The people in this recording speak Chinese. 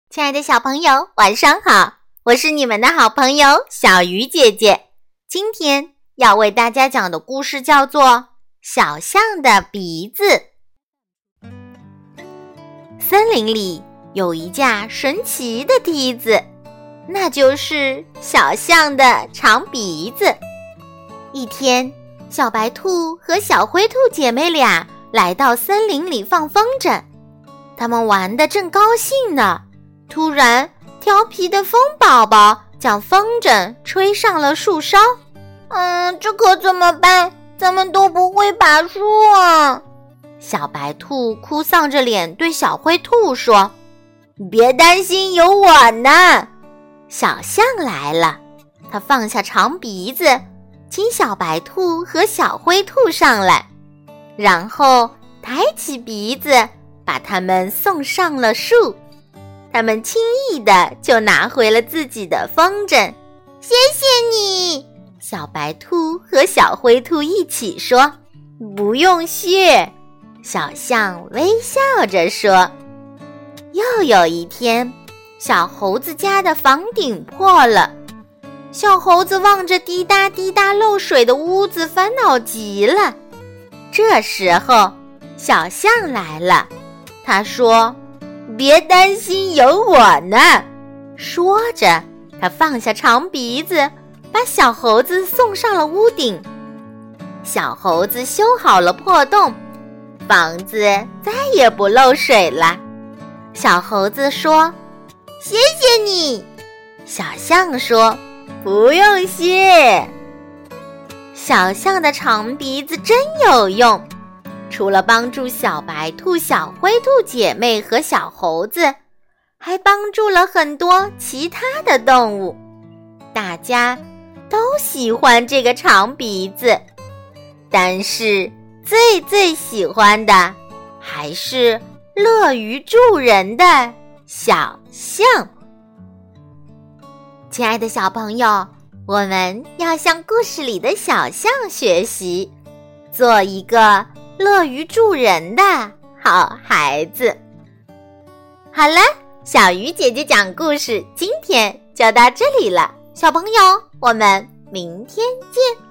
亲爱的小朋友，晚上好，我是你们的好朋友小鱼姐姐。今天要为大家讲的故事叫做《小象的鼻子》。森林里有一架神奇的梯子，那就是小象的长鼻子。一天，小白兔和小灰兔姐妹俩来到森林里放风筝，他们玩得正高兴呢，突然调皮的风宝宝将风筝吹上了树梢。这可怎么办？咱们都不会爬树啊！小白兔哭丧着脸对小灰兔说：别担心，有我呢。小象来了，它放下长鼻子，请小白兔和小灰兔上来，然后抬起鼻子把它们送上了树。他们轻易地就拿回了自己的风筝。谢谢你！小白兔和小灰兔一起说。不用谢，小象微笑着说。又有一天，小猴子家的房顶破了，小猴子望着滴答滴答漏水的屋子，烦恼极了。这时候小象来了，他说：别担心，有我呢。说着，他放下长鼻子，把小猴子送上了屋顶。小猴子修好了破洞，房子再也不漏水了。小猴子说：谢谢你。小象说：不用谢。小象的长鼻子真有用，除了帮助小白兔、小灰兔姐妹和小猴子，还帮助了很多其他的动物。大家都喜欢这个长鼻子，但是最喜欢的还是乐于助人的小象。亲爱的小朋友，我们要向故事里的小象学习，做一个乐于助人的好孩子。好了，小鱼姐姐讲故事今天就到这里了，小朋友，我们明天见。